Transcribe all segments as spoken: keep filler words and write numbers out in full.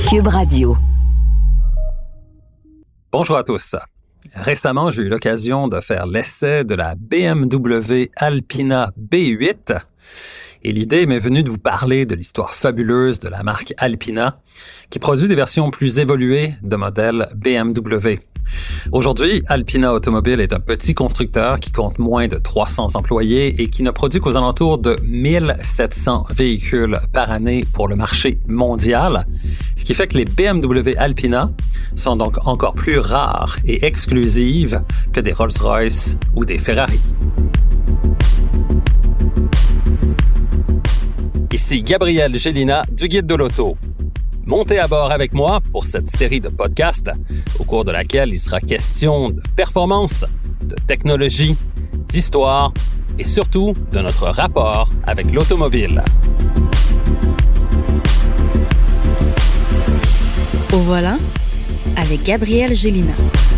Cube Radio. Bonjour à tous. Récemment, j'ai eu l'occasion de faire l'essai de la B M W Alpina B huit et l'idée m'est venue de vous parler de l'histoire fabuleuse de la marque Alpina qui produit des versions plus évoluées de modèles B M W. Aujourd'hui, Alpina Automobile est un petit constructeur qui compte moins de trois cents employés et qui ne produit qu'aux alentours de mille sept cents véhicules par année pour le marché mondial, ce qui fait que les B M W Alpina sont donc encore plus rares et exclusives que des Rolls-Royce ou des Ferrari. Ici Gabriel Gélina du Guide de l'Auto. Montez à bord avec moi pour cette série de podcasts au cours de laquelle il sera question de performance, de technologie, d'histoire et surtout de notre rapport avec l'automobile. Au volant avec Gabriel Gélina.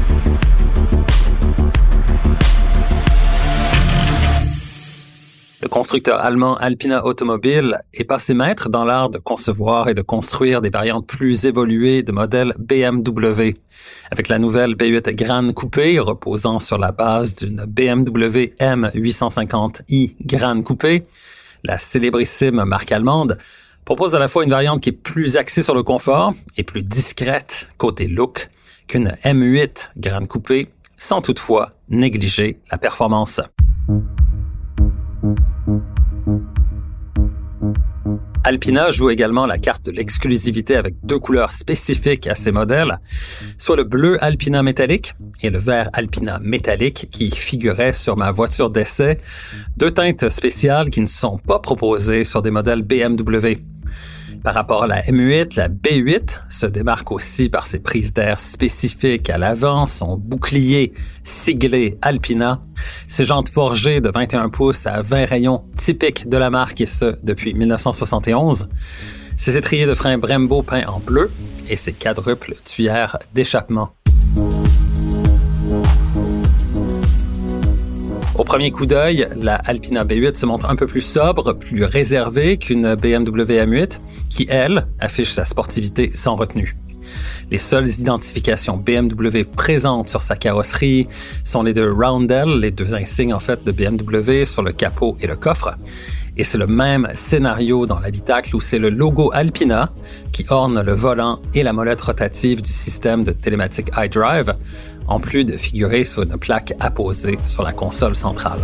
Le constructeur allemand Alpina Automobile est passé maître dans l'art de concevoir et de construire des variantes plus évoluées de modèles B M W. Avec la nouvelle B huit Gran Coupé reposant sur la base d'une B M W M huit cent cinquante i Gran Coupé, la célébrissime marque allemande propose à la fois une variante qui est plus axée sur le confort et plus discrète côté look qu'une M huit Gran Coupé, sans toutefois négliger la performance. Alpina joue également la carte de l'exclusivité avec deux couleurs spécifiques à ses modèles, soit le bleu Alpina métallique et le vert Alpina métallique qui figuraient sur ma voiture d'essai, deux teintes spéciales qui ne sont pas proposées sur des modèles B M W. Par rapport à la M huit, la B huit se démarque aussi par ses prises d'air spécifiques à l'avant, son bouclier siglé Alpina, ses jantes forgées de vingt et un pouces à vingt rayons typiques de la marque et ce depuis dix-neuf cent soixante et onze, ses étriers de frein Brembo peints en bleu et ses quadruples tuyères d'échappement. Au premier coup d'œil, la Alpina B huit se montre un peu plus sobre, plus réservée qu'une B M W M huit, qui, elle, affiche sa sportivité sans retenue. Les seules identifications B M W présentes sur sa carrosserie sont les deux roundels, les deux insignes en fait de B M W sur le capot et le coffre. Et c'est le même scénario dans l'habitacle où c'est le logo Alpina qui orne le volant et la molette rotative du système de télématique iDrive, en plus de figurer sur une plaque apposée sur la console centrale.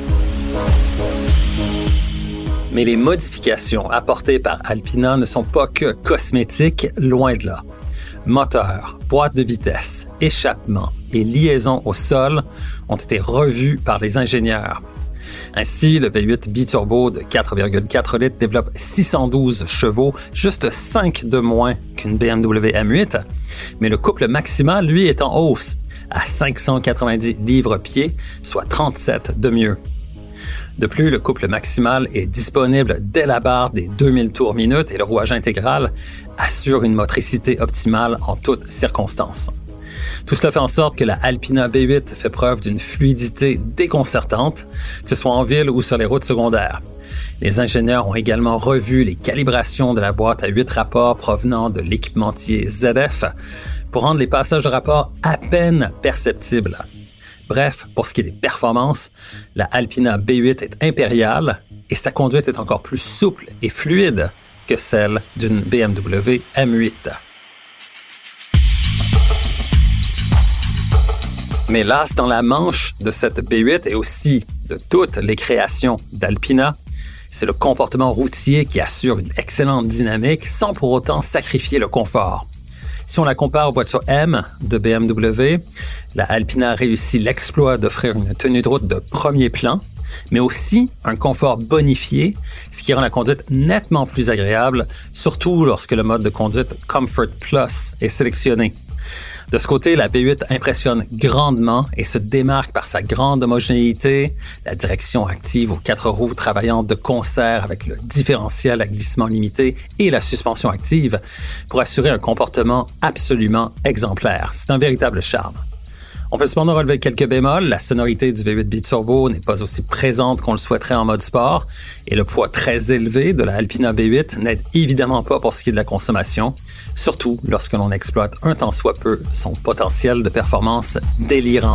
Mais les modifications apportées par Alpina ne sont pas que cosmétiques, loin de là. Moteur, boîte de vitesse, échappement et liaison au sol ont été revus par les ingénieurs. Ainsi, le V huit biturbo de quatre virgule quatre litres développe six cent douze chevaux, juste cinq de moins qu'une B M W M huit, mais le couple maximal, lui, est en hausse, à cinq cent quatre-vingt-dix livres-pieds, soit trente-sept de mieux. De plus, le couple maximal est disponible dès la barre des deux mille tours minute et le rouage intégral assure une motricité optimale en toutes circonstances. Tout cela fait en sorte que la Alpina B huit fait preuve d'une fluidité déconcertante, que ce soit en ville ou sur les routes secondaires. Les ingénieurs ont également revu les calibrations de la boîte à huit rapports provenant de l'équipementier Z F pour rendre les passages de rapport à peine perceptibles. Bref, pour ce qui est des performances, la Alpina B huit est impériale et sa conduite est encore plus souple et fluide que celle d'une B M W M huit. Mais l'as dans la manche de cette B huit et aussi de toutes les créations d'Alpina, c'est le comportement routier qui assure une excellente dynamique sans pour autant sacrifier le confort. Si on la compare aux voitures M de B M W, la Alpina réussit l'exploit d'offrir une tenue de route de premier plan, mais aussi un confort bonifié, ce qui rend la conduite nettement plus agréable, surtout lorsque le mode de conduite Comfort Plus est sélectionné. De ce côté, la B huit impressionne grandement et se démarque par sa grande homogénéité, la direction active aux quatre roues travaillant de concert avec le différentiel à glissement limité et la suspension active pour assurer un comportement absolument exemplaire. C'est un véritable charme. On peut cependant relever quelques bémols. La sonorité du V huit biturbo n'est pas aussi présente qu'on le souhaiterait en mode sport et le poids très élevé de la Alpina B huit n'aide évidemment pas pour ce qui est de la consommation, surtout lorsque l'on exploite un tant soit peu son potentiel de performance délirant.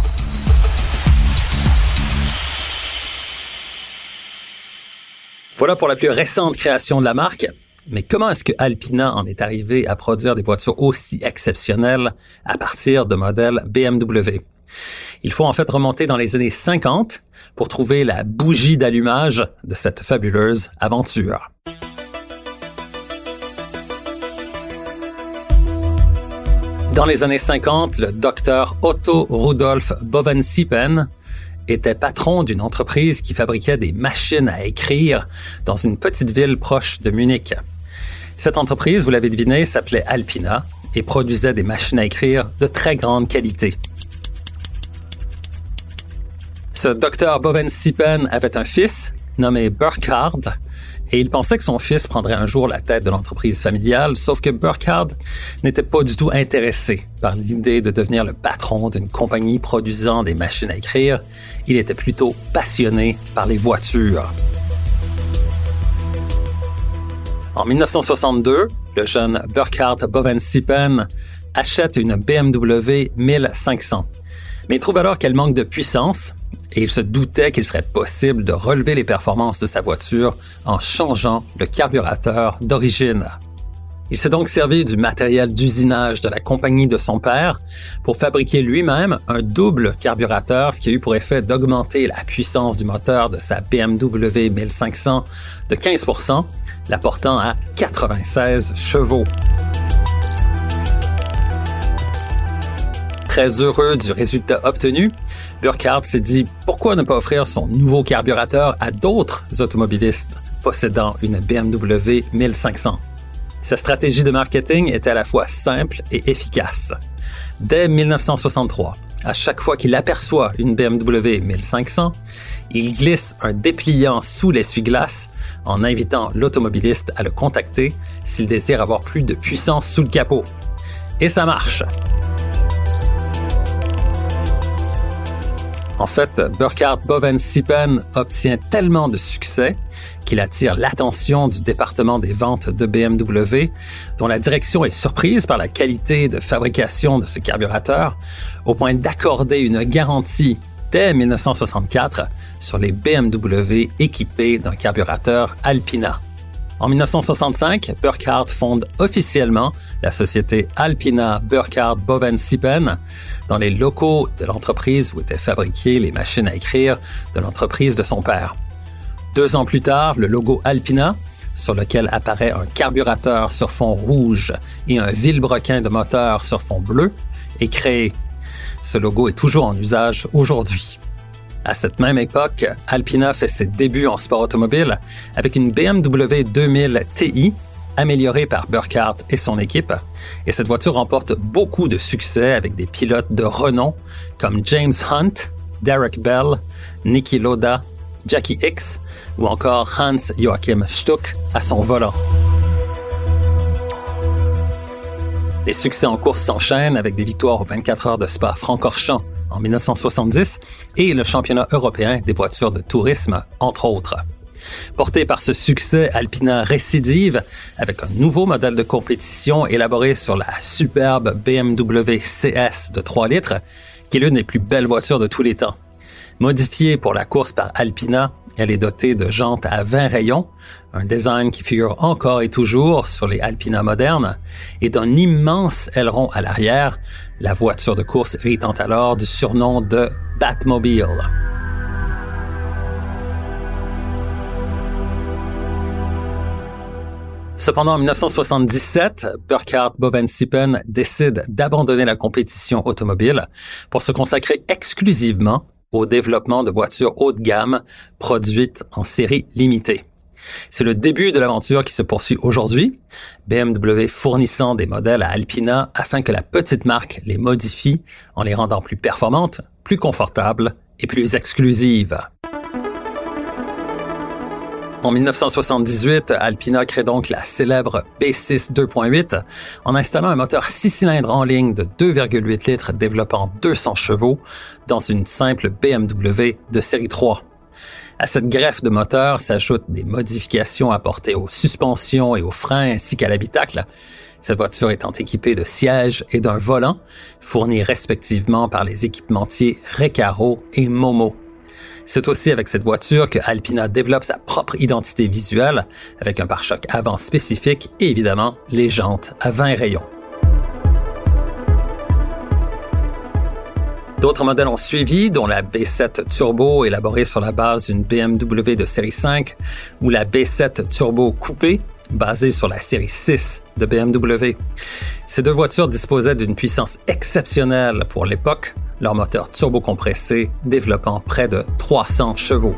Voilà pour la plus récente création de la marque. Mais comment est-ce que Alpina en est arrivé à produire des voitures aussi exceptionnelles à partir de modèles B M W? Il faut en fait remonter dans les années cinquante pour trouver la bougie d'allumage de cette fabuleuse aventure. Dans les années cinquante, le docteur Otto Rudolf Bovensiepen était patron d'une entreprise qui fabriquait des machines à écrire dans une petite ville proche de Munich. Cette entreprise, vous l'avez deviné, s'appelait Alpina et produisait des machines à écrire de très grande qualité. Ce docteur Bovensiepen avait un fils nommé Burkhard et il pensait que son fils prendrait un jour la tête de l'entreprise familiale, sauf que Burkhard n'était pas du tout intéressé par l'idée de devenir le patron d'une compagnie produisant des machines à écrire. Il était plutôt passionné par les voitures. En dix-neuf cent soixante-deux, le jeune Burkhard Bovensiepen achète une B M W mille cinq cents. Mais il trouve alors qu'elle manque de puissance et il se doutait qu'il serait possible de relever les performances de sa voiture en changeant le carburateur d'origine. Il s'est donc servi du matériel d'usinage de la compagnie de son père pour fabriquer lui-même un double carburateur, ce qui a eu pour effet d'augmenter la puissance du moteur de sa B M W mille cinq cents de quinze pour cent, la portant à quatre-vingt-seize chevaux. Très heureux du résultat obtenu, Burkhard s'est dit pourquoi ne pas offrir son nouveau carburateur à d'autres automobilistes possédant une B M W mille cinq cents. Sa stratégie de marketing était à la fois simple et efficace. Dès dix-neuf cent soixante-trois, à chaque fois qu'il aperçoit une B M W mille cinq cents, il glisse un dépliant sous l'essuie-glace en invitant l'automobiliste à le contacter s'il désire avoir plus de puissance sous le capot. Et ça marche! En fait, Burkhard Bovensiepen obtient tellement de succès qu'il attire l'attention du département des ventes de B M W, dont la direction est surprise par la qualité de fabrication de ce carburateur, au point d'accorder une garantie dès dix-neuf cent soixante-quatre sur les B M W équipés d'un carburateur Alpina. En dix-neuf cent soixante-cinq, Burkhard fonde officiellement la société Alpina Burkhard Bovensiepen dans les locaux de l'entreprise où étaient fabriquées les machines à écrire de l'entreprise de son père. Deux ans plus tard, le logo Alpina, sur lequel apparaît un carburateur sur fond rouge et un vilebrequin de moteur sur fond bleu, est créé. Ce logo est toujours en usage aujourd'hui. À cette même époque, Alpina fait ses débuts en sport automobile avec une B M W deux mille T I améliorée par Burkhard et son équipe. Et cette voiture remporte beaucoup de succès avec des pilotes de renom comme James Hunt, Derek Bell, Niki Lauda, Jackie Ickx ou encore Hans-Joachim Stuck à son volant. Les succès en course s'enchaînent avec des victoires aux vingt-quatre heures de Spa-Francorchamps en dix-neuf cent soixante-dix et le championnat européen des voitures de tourisme, entre autres. Porté par ce succès, Alpina récidive avec un nouveau modèle de compétition élaboré sur la superbe B M W C S de trois litres, qui est l'une des plus belles voitures de tous les temps. Modifiée pour la course par Alpina, elle est dotée de jantes à vingt rayons, un design qui figure encore et toujours sur les Alpina modernes, et d'un immense aileron à l'arrière, la voiture de course héritant alors du surnom de Batmobile. Cependant, en dix-neuf cent soixante-dix-sept, Burkhard Bovensiepen décide d'abandonner la compétition automobile pour se consacrer exclusivement au développement de voitures haut de gamme produites en série limitée. C'est le début de l'aventure qui se poursuit aujourd'hui, B M W fournissant des modèles à Alpina afin que la petite marque les modifie en les rendant plus performantes, plus confortables et plus exclusives. En dix-neuf cent soixante-dix-huit, Alpina crée donc la célèbre B six deux point huit en installant un moteur six cylindres en ligne de deux virgule huit litres développant deux cents chevaux dans une simple B M W de série trois. À cette greffe de moteur s'ajoutent des modifications apportées aux suspensions et aux freins ainsi qu'à l'habitacle. Cette voiture étant équipée de sièges et d'un volant, fournis respectivement par les équipementiers Recaro et Momo. C'est aussi avec cette voiture que Alpina développe sa propre identité visuelle, avec un pare-choc avant spécifique et évidemment les jantes à vingt rayons. D'autres modèles ont suivi, dont la B sept Turbo élaborée sur la base d'une B M W de série cinq ou la B sept Turbo Coupé, basée sur la série six de B M W. Ces deux voitures disposaient d'une puissance exceptionnelle pour l'époque, leur moteur turbo-compressé développant près de trois cents chevaux.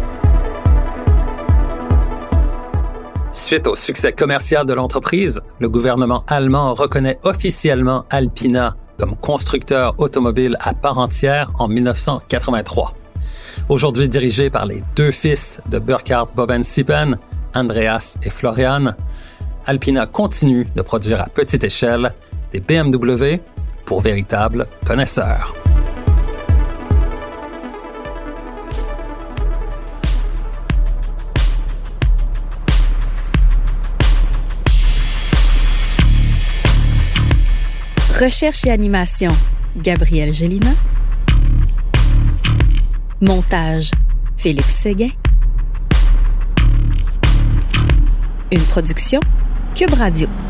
Suite au succès commercial de l'entreprise, le gouvernement allemand reconnaît officiellement Alpina comme constructeur automobile à part entière en dix-neuf cent quatre-vingt-trois. Aujourd'hui dirigé par les deux fils de Burkhard Bovensiepen, Andreas et Florian, Alpina continue de produire à petite échelle des B M W pour véritables connaisseurs. Recherche et animation, Gabrielle Gélina. Montage, Philippe Séguin. Une production, Cube Radio.